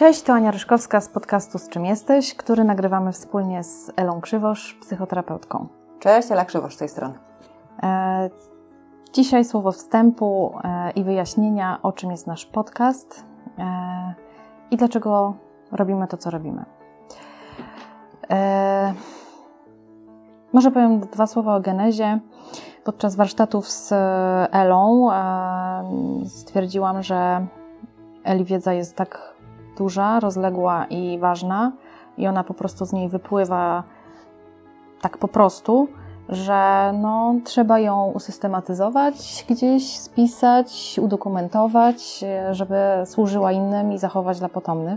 Cześć, to Ania Ryszkowska z podcastu Z czym jesteś, który nagrywamy wspólnie z Elą Krzywosz, psychoterapeutką. Cześć, Ela Krzywosz z tej strony. Dzisiaj słowo wstępu i wyjaśnienia, o czym jest nasz podcast i dlaczego robimy to, co robimy. Może powiem dwa słowa o genezie. Podczas warsztatów z Elą stwierdziłam, że Eli wiedza jest tak duża, rozległa i ważna i ona po prostu z niej wypływa tak po prostu, że trzeba ją usystematyzować gdzieś, spisać, udokumentować, żeby służyła innym i zachować dla potomnych.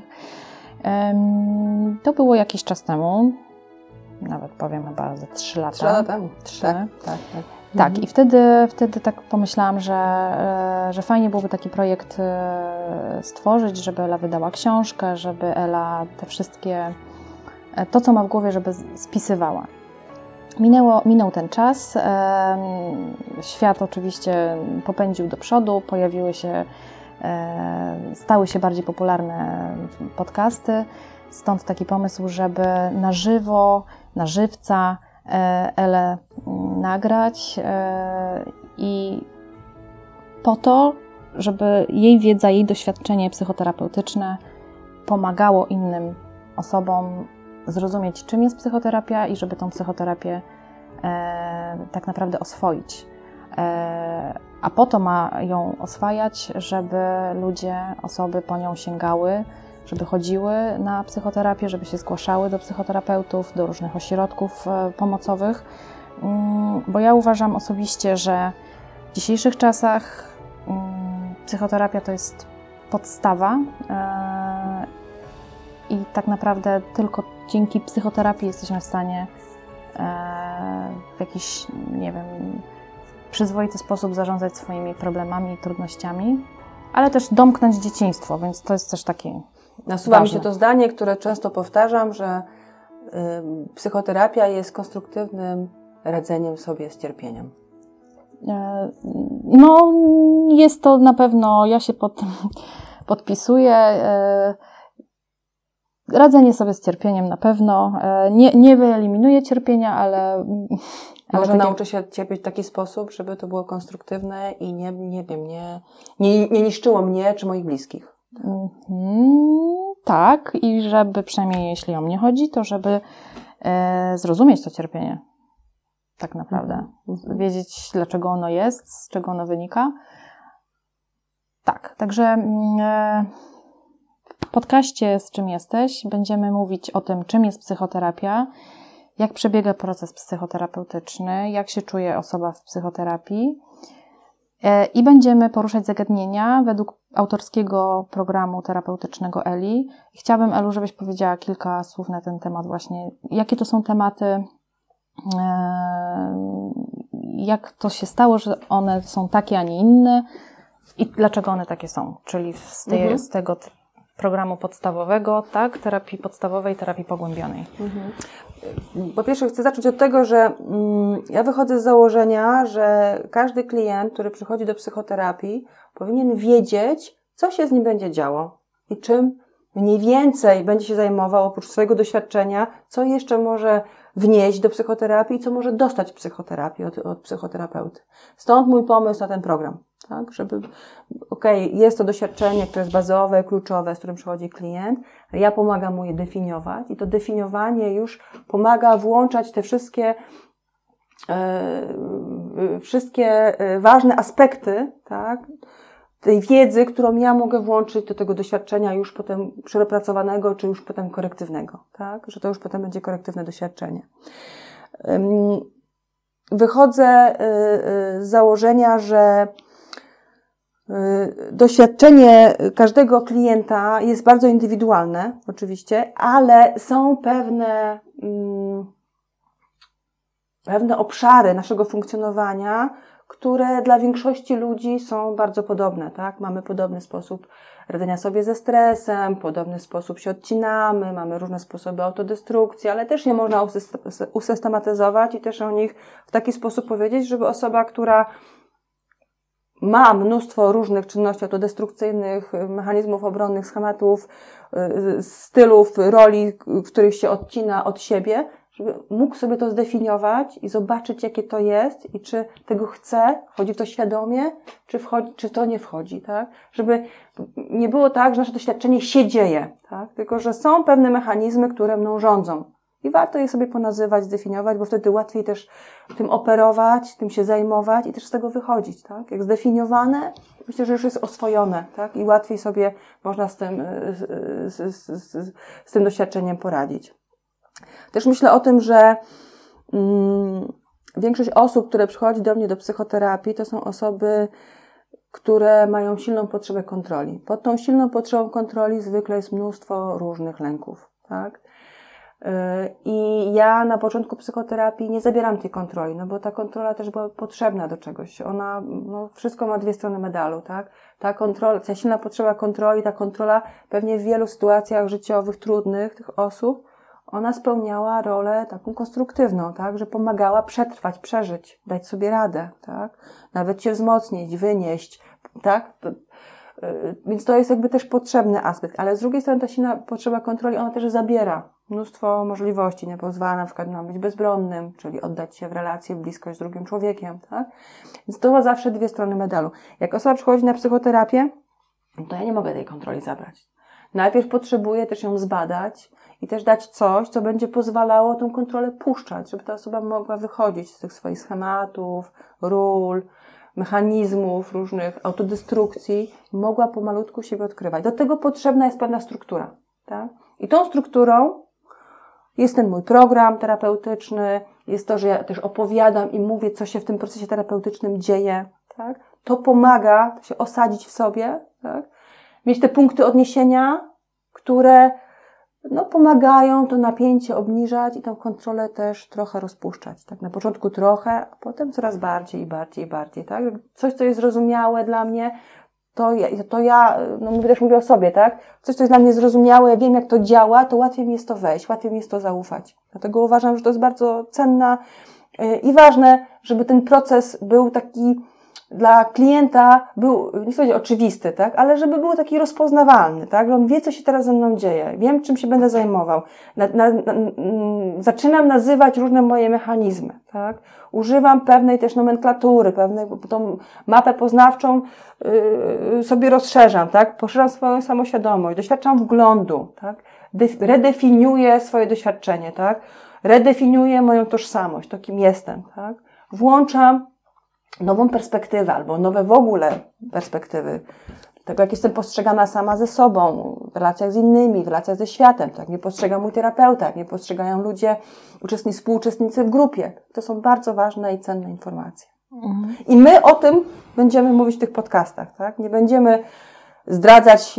To było jakiś czas temu, nawet powiem chyba ze 3 lata. 3 lata temu. 3. Tak. Tak, i wtedy tak pomyślałam, że fajnie byłoby taki projekt stworzyć, żeby Ela wydała książkę, żeby Ela te wszystkie, to co ma w głowie, żeby spisywała. Minął ten czas, świat oczywiście popędził do przodu, stały się bardziej popularne podcasty, stąd taki pomysł, żeby na żywo, na żywca Elę nagrać i po to, żeby jej wiedza, jej doświadczenie psychoterapeutyczne pomagało innym osobom zrozumieć, czym jest psychoterapia i żeby tą psychoterapię tak naprawdę oswoić. A po to ma ją oswajać, żeby osoby po nią sięgały, żeby chodziły na psychoterapię, żeby się zgłaszały do psychoterapeutów, do różnych ośrodków pomocowych, bo ja uważam osobiście, że w dzisiejszych czasach psychoterapia to jest podstawa i tak naprawdę tylko dzięki psychoterapii jesteśmy w stanie w jakiś, przyzwoity sposób zarządzać swoimi problemami i trudnościami, ale też domknąć dzieciństwo, więc to jest też takie Nasuwa mi się to zdanie, które często powtarzam, że psychoterapia jest konstruktywnym radzeniem sobie z cierpieniem. Jest to na pewno, ja się pod tym podpisuję. Radzenie sobie z cierpieniem na pewno nie wyeliminuje cierpienia, ale może nauczę się cierpieć w taki sposób, żeby to było konstruktywne i nie niszczyło mnie czy moich bliskich. Tak, i żeby przynajmniej jeśli o mnie chodzi, to żeby zrozumieć to cierpienie. Tak naprawdę. Wiedzieć, dlaczego ono jest, z czego ono wynika. Tak, także w podcaście Z czym jesteś będziemy mówić o tym, czym jest psychoterapia, jak przebiega proces psychoterapeutyczny, jak się czuje osoba w psychoterapii i będziemy poruszać zagadnienia według autorskiego programu terapeutycznego Eli. Chciałabym, Elu, żebyś powiedziała kilka słów na ten temat właśnie. Jakie to są tematy, jak to się stało, że one są takie, a nie inne i dlaczego one takie są, czyli z tego programu podstawowego, tak, terapii podstawowej, terapii pogłębionej. Po pierwsze chcę zacząć od tego, że ja wychodzę z założenia, że każdy klient, który przychodzi do psychoterapii, powinien wiedzieć, co się z nim będzie działo i czym mniej więcej będzie się zajmował oprócz swojego doświadczenia, co jeszcze może wnieść do psychoterapii i co może dostać psychoterapii od psychoterapeuty. Stąd mój pomysł na ten program. Tak, żeby, jest to doświadczenie, które jest bazowe, kluczowe, z którym przychodzi klient, ja pomagam mu je definiować i to definiowanie już pomaga włączać te wszystkie ważne aspekty, tak, tej wiedzy, którą ja mogę włączyć do tego doświadczenia już potem przepracowanego, czy już potem korektywnego, tak, że to już potem będzie korektywne doświadczenie. Wychodzę z założenia, że doświadczenie każdego klienta jest bardzo indywidualne, oczywiście, ale są pewne obszary naszego funkcjonowania, które dla większości ludzi są bardzo podobne, tak? Mamy podobny sposób radzenia sobie ze stresem, podobny sposób się odcinamy, mamy różne sposoby autodestrukcji, ale też je można usystematyzować i też o nich w taki sposób powiedzieć, żeby osoba, która ma mnóstwo różnych czynności autodestrukcyjnych, mechanizmów obronnych, schematów, stylów, roli, w których się odcina od siebie, żeby mógł sobie to zdefiniować i zobaczyć, jakie to jest i czy tego chce, wchodzi w to świadomie, czy to nie wchodzi, tak? Żeby nie było tak, że nasze doświadczenie się dzieje, tak? Tylko że są pewne mechanizmy, które mną rządzą. I warto je sobie ponazywać, zdefiniować, bo wtedy łatwiej też tym operować, tym się zajmować i też z tego wychodzić, tak? Jak zdefiniowane, myślę, że już jest oswojone, tak? I łatwiej sobie można z tym doświadczeniem poradzić. Też myślę o tym, że większość osób, które przychodzi do mnie do psychoterapii, to są osoby, które mają silną potrzebę kontroli. Pod tą silną potrzebą kontroli zwykle jest mnóstwo różnych lęków, tak? I ja na początku psychoterapii nie zabieram tej kontroli, no bo ta kontrola też była potrzebna do czegoś. Ona, wszystko ma dwie strony medalu, tak? Ta silna potrzeba kontroli, ta kontrola pewnie w wielu sytuacjach życiowych, trudnych tych osób, ona spełniała rolę taką konstruktywną, tak? Że pomagała przetrwać, przeżyć, dać sobie radę, tak? Nawet się wzmocnić, wynieść, tak? Więc to jest jakby też potrzebny aspekt, ale z drugiej strony ta silna potrzeba kontroli, ona też zabiera mnóstwo możliwości, nie pozwala na przykład nam być bezbronnym, czyli oddać się w relację, w bliskość z drugim człowiekiem, tak? Więc to ma zawsze dwie strony medalu. Jak osoba przychodzi na psychoterapię, to ja nie mogę tej kontroli zabrać. Najpierw potrzebuję też ją zbadać i też dać coś, co będzie pozwalało tą kontrolę puszczać, żeby ta osoba mogła wychodzić z tych swoich schematów, ról, mechanizmów, różnych autodestrukcji, mogła pomalutku siebie odkrywać. Do tego potrzebna jest pewna struktura, tak? I tą strukturą jest ten mój program terapeutyczny, jest to, że ja też opowiadam i mówię, co się w tym procesie terapeutycznym dzieje, tak? To pomaga się osadzić w sobie, tak? Mieć te punkty odniesienia, które pomagają to napięcie obniżać i tą kontrolę też trochę rozpuszczać. Tak? Na początku trochę, a potem coraz bardziej i bardziej i bardziej. Tak? Coś, co jest zrozumiałe dla mnie, to ja też mówię o sobie, tak? Coś, co jest dla mnie zrozumiałe, ja wiem, jak to działa, to łatwiej mi jest to wejść, łatwiej mi jest to zaufać. Dlatego uważam, że to jest bardzo cenne i ważne, żeby ten proces był taki dla klienta, nie chcę powiedzieć oczywisty, tak? Ale żeby był taki rozpoznawalny, tak? Że on wie, co się teraz ze mną dzieje, wiem, czym się będę zajmował. Zaczynam nazywać różne moje mechanizmy, tak? Używam pewnej też nomenklatury, tą mapę poznawczą sobie rozszerzam, tak? Poszerzam swoją samoświadomość, doświadczam wglądu, tak? Redefiniuję swoje doświadczenie, tak? Redefiniuję moją tożsamość, to kim jestem, tak? Włączam nową perspektywę albo nowe w ogóle perspektywy tego, jak jestem postrzegana sama ze sobą, w relacjach z innymi, w relacjach ze światem, tak? Jak mnie postrzega mój terapeuta, jak mnie postrzegają ludzie, współuczestnicy w grupie. To są bardzo ważne i cenne informacje. Mhm. I my o tym będziemy mówić w tych podcastach, tak? Nie będziemy zdradzać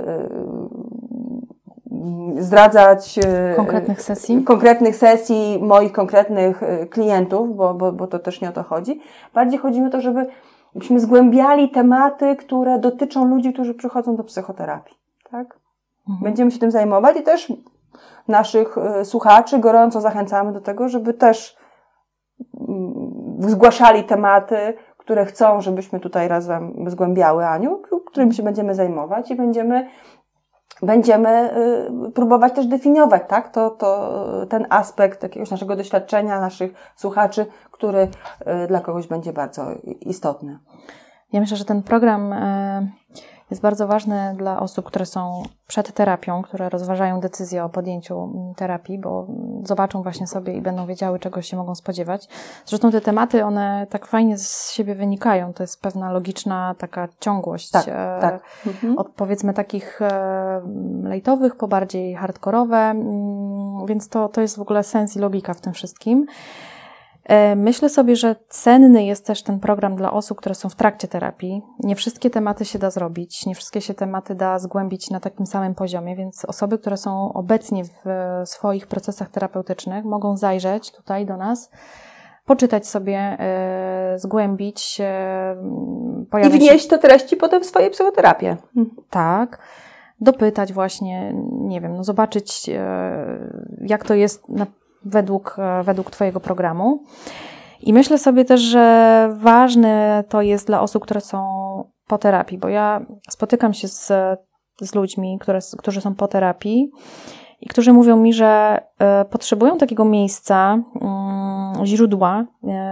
konkretnych sesji moich konkretnych klientów, bo to też nie o to chodzi. Bardziej chodzi o to, żebyśmy zgłębiali tematy, które dotyczą ludzi, którzy przychodzą do psychoterapii. Tak? Mhm. Będziemy się tym zajmować i też naszych słuchaczy gorąco zachęcamy do tego, żeby też zgłaszali tematy, które chcą, żebyśmy tutaj razem zgłębiały, Aniu, którymi się będziemy zajmować i będziemy próbować też definiować, tak? Ten aspekt jakiegoś naszego doświadczenia, naszych słuchaczy, który dla kogoś będzie bardzo istotny. Ja myślę, że ten program jest bardzo ważny dla osób, które są przed terapią, które rozważają decyzję o podjęciu terapii, bo zobaczą właśnie sobie i będą wiedziały, czego się mogą spodziewać. Zresztą te tematy, one tak fajnie z siebie wynikają. To jest pewna logiczna taka ciągłość. Tak. Od powiedzmy takich lejtowych po bardziej hardkorowe, więc to jest w ogóle sens i logika w tym wszystkim. Myślę sobie, że cenny jest też ten program dla osób, które są w trakcie terapii. Nie wszystkie tematy się da zrobić, nie wszystkie się tematy da zgłębić na takim samym poziomie, więc osoby, które są obecnie w swoich procesach terapeutycznych, mogą zajrzeć tutaj do nas, poczytać sobie, zgłębić, i wnieść te treści potem w swoje psychoterapię. Tak. Dopytać właśnie, nie wiem, zobaczyć, jak to jest według Twojego programu. I myślę sobie też, że ważne to jest dla osób, które są po terapii, bo ja spotykam się z ludźmi, którzy są po terapii i którzy mówią mi, że potrzebują takiego miejsca, źródła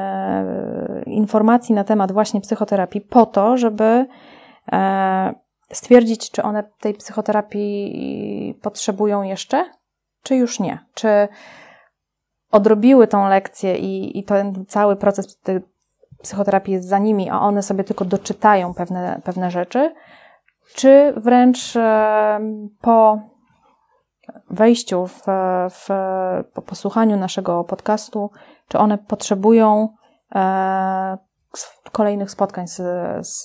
informacji na temat właśnie psychoterapii po to, żeby stwierdzić, czy one tej psychoterapii potrzebują jeszcze, czy już nie. Czy odrobiły tą lekcję i ten cały proces tej psychoterapii jest za nimi, a one sobie tylko doczytają pewne rzeczy, czy wręcz po wejściu, po posłuchaniu naszego podcastu, czy one potrzebują kolejnych spotkań z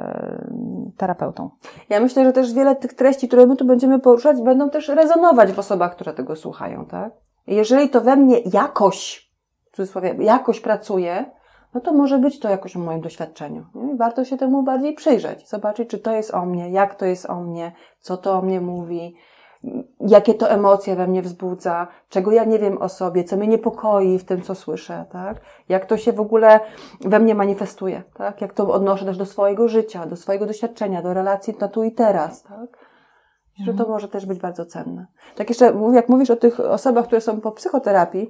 terapeutą. Ja myślę, że też wiele tych treści, które my tu będziemy poruszać, będą też rezonować w osobach, które tego słuchają, tak? I jeżeli to we mnie jakoś, w cudzysłowie, jakoś pracuje, no to może być to jakoś o moim doświadczeniu. Nie? Warto się temu bardziej przyjrzeć, zobaczyć, czy to jest o mnie, jak to jest o mnie, co to o mnie mówi, jakie to emocje we mnie wzbudza, czego ja nie wiem o sobie, co mnie niepokoi w tym, co słyszę, tak? Jak to się w ogóle we mnie manifestuje, tak? Jak to odnoszę też do swojego życia, do swojego doświadczenia, do relacji na tu i teraz, tak? Że to może też być bardzo cenne. Tak jeszcze, jak mówisz o tych osobach, które są po psychoterapii,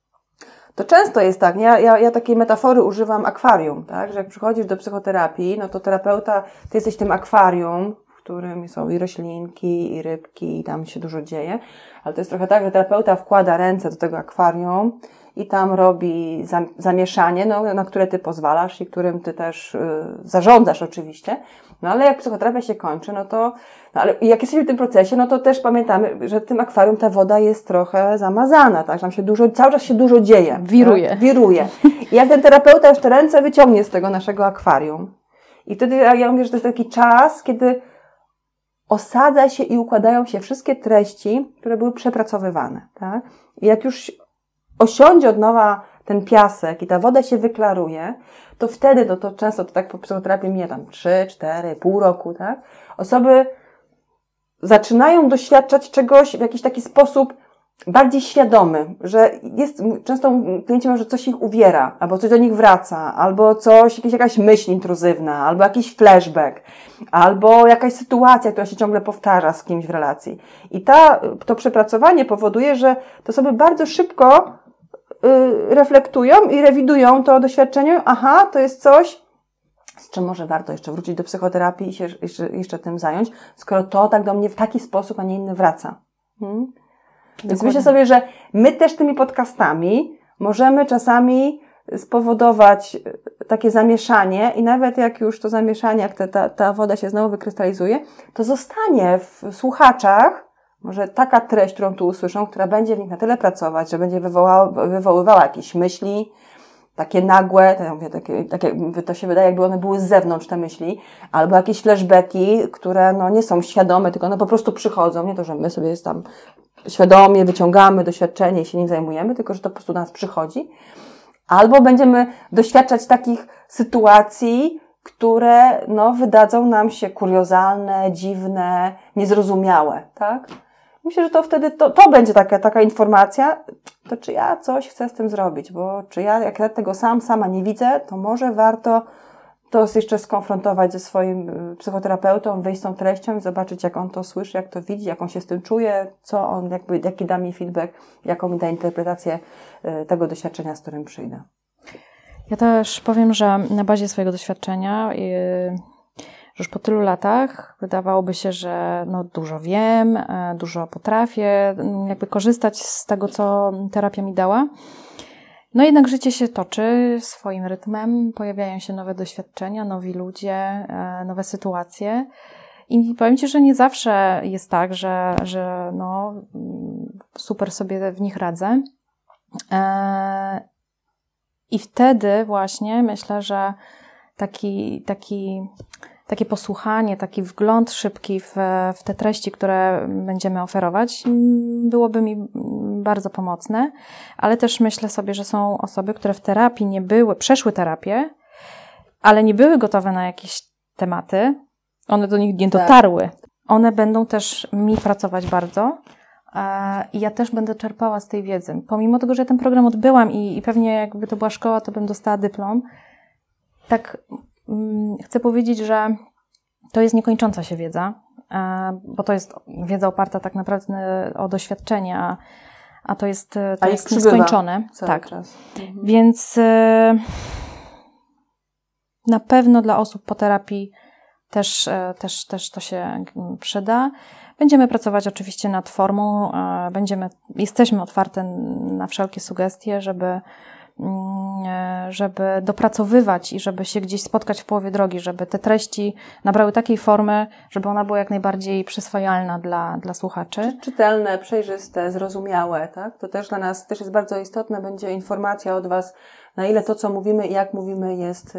to często jest tak, ja takiej metafory używam akwarium, tak? Że jak przychodzisz do psychoterapii, no to terapeuta, ty jesteś tym akwarium, w którym są i roślinki, i rybki, i tam się dużo dzieje, ale to jest trochę tak, że terapeuta wkłada ręce do tego akwarium i tam robi zamieszanie, no, na które ty pozwalasz i którym ty też zarządzasz oczywiście, no ale jak psychoterapia się kończy, no to, no ale jak jesteśmy w tym procesie, no to też pamiętamy, że w tym akwarium ta woda jest trochę zamazana, tak, tam się cały czas się dużo dzieje. Wiruje. Tak? Wiruje. I jak ten terapeuta już te ręce wyciągnie z tego naszego akwarium i wtedy ja mówię, że to jest taki czas, kiedy osadza się i układają się wszystkie treści, które były przepracowywane, tak? I jak już osiądzie od nowa ten piasek i ta woda się wyklaruje, to wtedy, to często to tak po psychoterapii mija tam 3, 4, pół roku, tak? Osoby zaczynają doświadczać czegoś w jakiś taki sposób bardziej świadomy, że jest, często klienci mówią, że coś ich uwiera, albo coś do nich wraca, albo coś, jakaś myśl intruzywna, albo jakiś flashback, albo jakaś sytuacja, która się ciągle powtarza z kimś w relacji. I to przepracowanie powoduje, że te osoby bardzo szybko reflektują i rewidują to doświadczenie. Aha, to jest coś, z czym może warto jeszcze wrócić do psychoterapii i się jeszcze tym zająć, skoro to tak do mnie w taki sposób, a nie inny wraca. Więc myślę sobie, że my też tymi podcastami możemy czasami spowodować takie zamieszanie i nawet jak już to zamieszanie, jak ta woda się znowu wykrystalizuje, to zostanie w słuchaczach może taka treść, którą tu usłyszą, która będzie w nich na tyle pracować, że będzie wywoływała jakieś myśli, takie nagłe, to się wydaje, jakby one były z zewnątrz, te myśli, albo jakieś flashbacki, które no nie są świadome, tylko one po prostu przychodzą, nie to, że my sobie jest tam świadomie wyciągamy doświadczenie i się nim zajmujemy, tylko że to po prostu do nas przychodzi. Albo będziemy doświadczać takich sytuacji, które no wydadzą nam się kuriozalne, dziwne, niezrozumiałe, tak? Myślę, że to wtedy to będzie taka informacja, to czy ja coś chcę z tym zrobić, bo czy jak ja tego sama nie widzę, to może warto to jeszcze skonfrontować ze swoim psychoterapeutą, wyjść z tą treścią i zobaczyć, jak on to słyszy, jak to widzi, jak on się z tym czuje, co on, jaki da mi feedback, jaką mi da interpretację tego doświadczenia, z którym przyjdę. Ja też powiem, że na bazie swojego doświadczenia, już po tylu latach wydawałoby się, że no dużo wiem, dużo potrafię, jakby korzystać z tego, co terapia mi dała. No jednak życie się toczy swoim rytmem, pojawiają się nowe doświadczenia, nowi ludzie, nowe sytuacje. I powiem Ci, że nie zawsze jest tak, że no super sobie w nich radzę. I wtedy właśnie myślę, że takie posłuchanie, taki wgląd szybki w te treści, które będziemy oferować, byłoby mi bardzo pomocne, ale też myślę sobie, że są osoby, które w terapii przeszły terapię, ale nie były gotowe na jakieś tematy, one do nich nie dotarły. One będą też mi pracować bardzo, I ja też będę czerpała z tej wiedzy. Pomimo tego, że ja ten program odbyłam i pewnie jakby to była szkoła, to bym dostała dyplom. Tak chcę powiedzieć, że to jest niekończąca się wiedza, bo to jest wiedza oparta tak naprawdę o doświadczenia, a to jest nieskończone. Tak. Czas. Więc na pewno dla osób po terapii też to się przyda. Będziemy pracować oczywiście nad formą, jesteśmy otwarte na wszelkie sugestie, żeby dopracowywać i żeby się gdzieś spotkać w połowie drogi, żeby te treści nabrały takiej formy, żeby ona była jak najbardziej przyswajalna dla słuchaczy. Czytelne, przejrzyste, zrozumiałe, tak? To też dla nas też jest bardzo istotne, będzie informacja od Was, na ile to, co mówimy i jak mówimy jest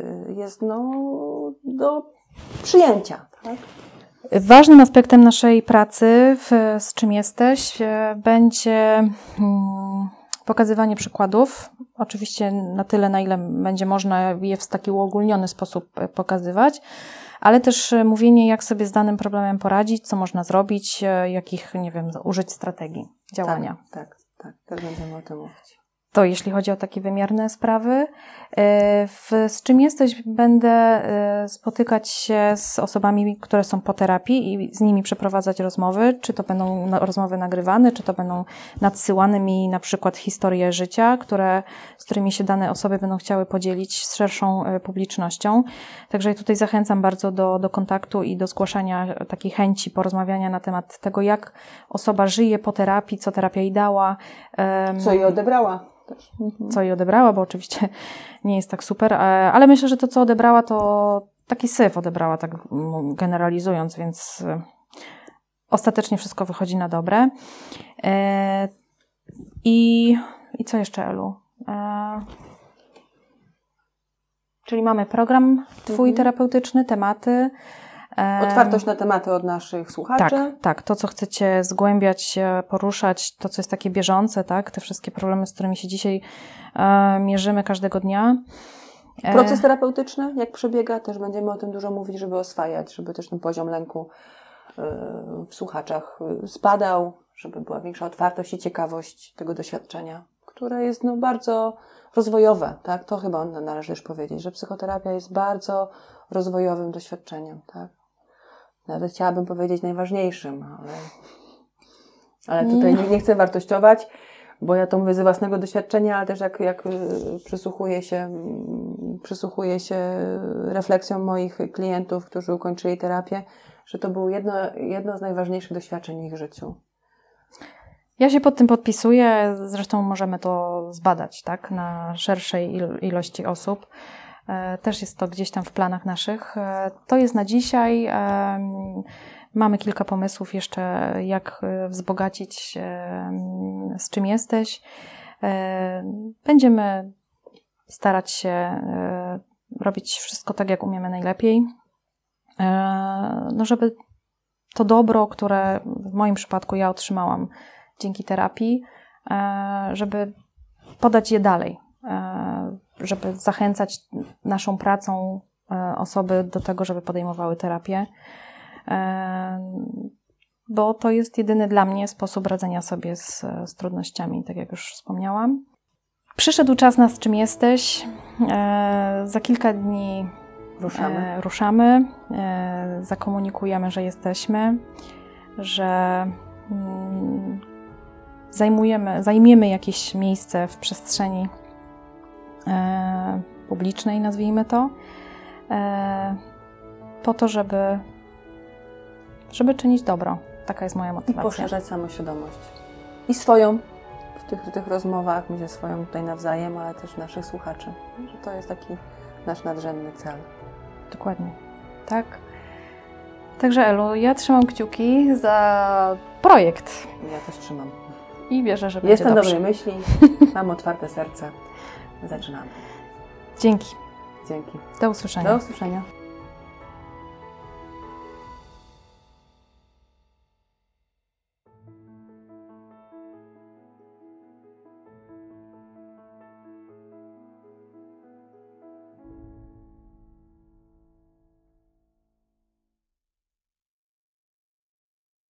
do przyjęcia, tak? Ważnym aspektem naszej pracy z czym jesteś będzie pokazywanie przykładów. Oczywiście na tyle, na ile będzie można je w taki uogólniony sposób pokazywać, ale też mówienie, jak sobie z danym problemem poradzić, co można zrobić, jakich, użyć strategii działania. Tak. Też będziemy o tym mówić. To jeśli chodzi o takie wymierne sprawy. Z czym jesteś, będę spotykać się z osobami, które są po terapii i z nimi przeprowadzać rozmowy, czy to będą rozmowy nagrywane, czy to będą nadsyłane mi na przykład historie życia, z którymi się dane osoby będą chciały podzielić z szerszą publicznością. Także tutaj zachęcam bardzo do kontaktu i do zgłaszania takiej chęci porozmawiania na temat tego, jak osoba żyje po terapii, co terapia jej dała. Co jej odebrała. Też. Co jej odebrała, bo oczywiście nie jest tak super, ale myślę, że to, co odebrała, to taki syf odebrała, tak generalizując, więc ostatecznie wszystko wychodzi na dobre. I co jeszcze, Elu? Czyli mamy program Twój terapeutyczny, tematy. Otwartość na tematy od naszych słuchaczy. Tak. To, co chcecie zgłębiać, poruszać, to, co jest takie bieżące, tak? Te wszystkie problemy, z którymi się dzisiaj mierzymy każdego dnia. Proces terapeutyczny, jak przebiega, też będziemy o tym dużo mówić, żeby oswajać, żeby też ten poziom lęku w słuchaczach spadał, żeby była większa otwartość i ciekawość tego doświadczenia, które jest bardzo rozwojowe, tak? To chyba należy też powiedzieć, że psychoterapia jest bardzo rozwojowym doświadczeniem, tak? Nawet chciałabym powiedzieć najważniejszym, ale tutaj nie chcę wartościować, bo ja to mówię ze własnego doświadczenia, ale też jak przysłuchuję się refleksjom moich klientów, którzy ukończyli terapię, że to było jedno z najważniejszych doświadczeń w ich życiu. Ja się pod tym podpisuję, zresztą możemy to zbadać, tak, na szerszej ilości osób. Też jest to gdzieś tam w planach naszych. To jest na dzisiaj. Mamy kilka pomysłów jeszcze, jak wzbogacić, z czym jesteś. Będziemy starać się robić wszystko tak, jak umiemy najlepiej. Żeby to dobro, które w moim przypadku ja otrzymałam dzięki terapii, żeby podać je dalej. Żeby zachęcać naszą pracą osoby do tego, żeby podejmowały terapię, bo to jest jedyny dla mnie sposób radzenia sobie z trudnościami, tak jak już wspomniałam. Przyszedł czas na Z czym jesteś. Za kilka dni ruszamy. Zakomunikujemy, że jesteśmy, że zajmiemy jakieś miejsce w przestrzeni publicznej, nazwijmy to, po to, żeby czynić dobro. Taka jest moja motywacja. I poszerzać samoświadomość. I swoją w tych rozmowach, myślę swoją tutaj nawzajem, ale też naszych słuchaczy. Że to jest taki nasz nadrzędny cel. Dokładnie. Tak. Także Elu, ja trzymam kciuki za projekt. Ja też trzymam. I wierzę, że będzie dobrze. Jestem dobrej myśli, mam otwarte serce. Zaczynamy. Dzięki. Dzięki. Do usłyszenia. Do usłyszenia.